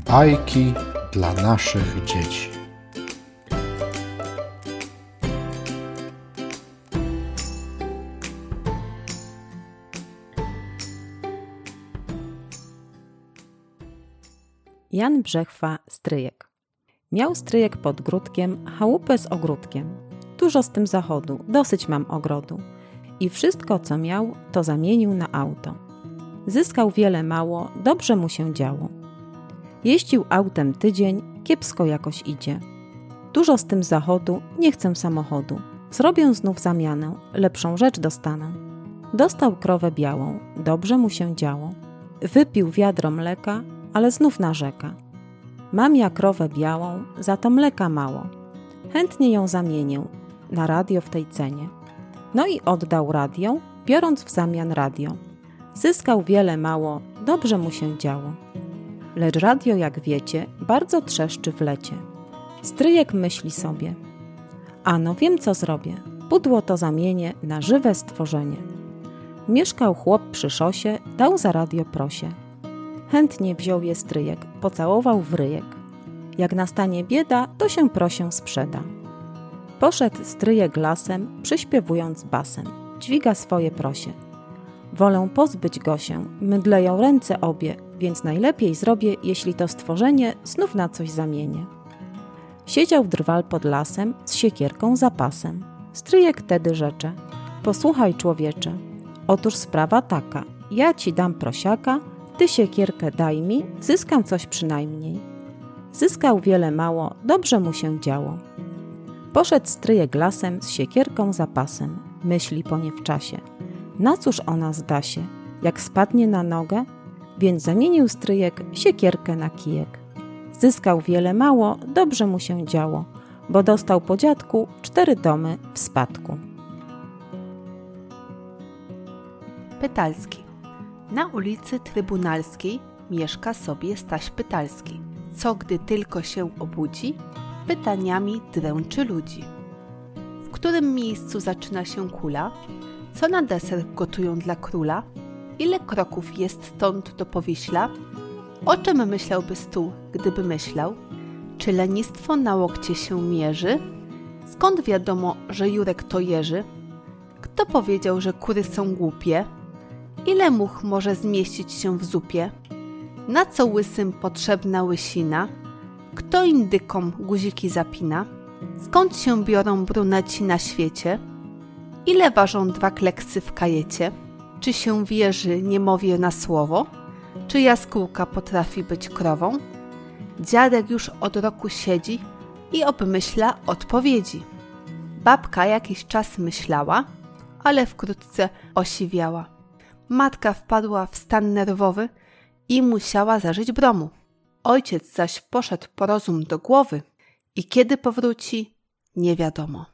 Bajki dla naszych dzieci. Jan Brzechwa, stryjek. Miał stryjek pod gródkiem chałupę z ogródkiem. Dużo z tym zachodu, dosyć mam ogrodu. I wszystko, co miał, to zamienił na auto. Zyskał wiele mało, dobrze mu się działo. Jeździł autem tydzień, kiepsko jakoś idzie. Dużo z tym zachodu, nie chcę samochodu. Zrobię znów zamianę, lepszą rzecz dostanę. Dostał krowę białą, dobrze mu się działo. Wypił wiadro mleka, ale znów narzeka. Mam ja krowę białą, za to mleka mało. Chętnie ją zamienię na radio w tej cenie. No i oddał radio, biorąc w zamian radio. Zyskał wiele mało, dobrze mu się działo. Lecz radio, jak wiecie, bardzo trzeszczy w lecie. Stryjek myśli sobie: ano wiem, co zrobię, pudło to zamienię na żywe stworzenie. Mieszkał chłop przy szosie, dał za radio prosie. Chętnie wziął je stryjek, pocałował w ryjek. Jak nastanie bieda, to się prosię sprzeda. Poszedł stryjek lasem, przyśpiewując basem. Dźwiga swoje prosie. Wolę pozbyć go się, mydleją ręce obie, więc najlepiej zrobię, jeśli to stworzenie znów na coś zamienię. Siedział drwal pod lasem, z siekierką za pasem. Stryjek tedy rzecze: posłuchaj, człowiecze, otóż sprawa taka, ja ci dam prosiaka, ty siekierkę daj mi, zyskam coś przynajmniej. Zyskał wiele mało, dobrze mu się działo. Poszedł stryjek lasem z siekierką za pasem. Myśli po nie w czasie: na cóż ona zda się, jak spadnie na nogę? Więc zamienił stryjek siekierkę na kijek. Zyskał wiele mało, dobrze mu się działo, bo dostał po dziadku 4 domy w spadku. Pytalski. Na ulicy Trybunalskiej mieszka sobie Staś Pytalski, co gdy tylko się obudzi, pytaniami dręczy ludzi. W którym miejscu zaczyna się kula? Co na deser gotują dla króla? Ile kroków jest stąd do Powiśla? O czym myślałby stół, gdyby myślał? Czy lenistwo na łokcie się mierzy? Skąd wiadomo, że Jurek to Jerzy? Kto powiedział, że kury są głupie? Ile much może zmieścić się w zupie? Na co łysym potrzebna łysina? Kto indykom guziki zapina? Skąd się biorą bruneci na świecie? Ile ważą 2 kleksy w kajecie? Czy się wierzy niemowie na słowo? Czy jaskółka potrafi być krową? Dziadek już od roku siedzi i obmyśla odpowiedzi. Babka jakiś czas myślała, ale wkrótce osiwiała. Matka wpadła w stan nerwowy i musiała zażyć bromu. Ojciec zaś poszedł po rozum do głowy i kiedy powróci, nie wiadomo.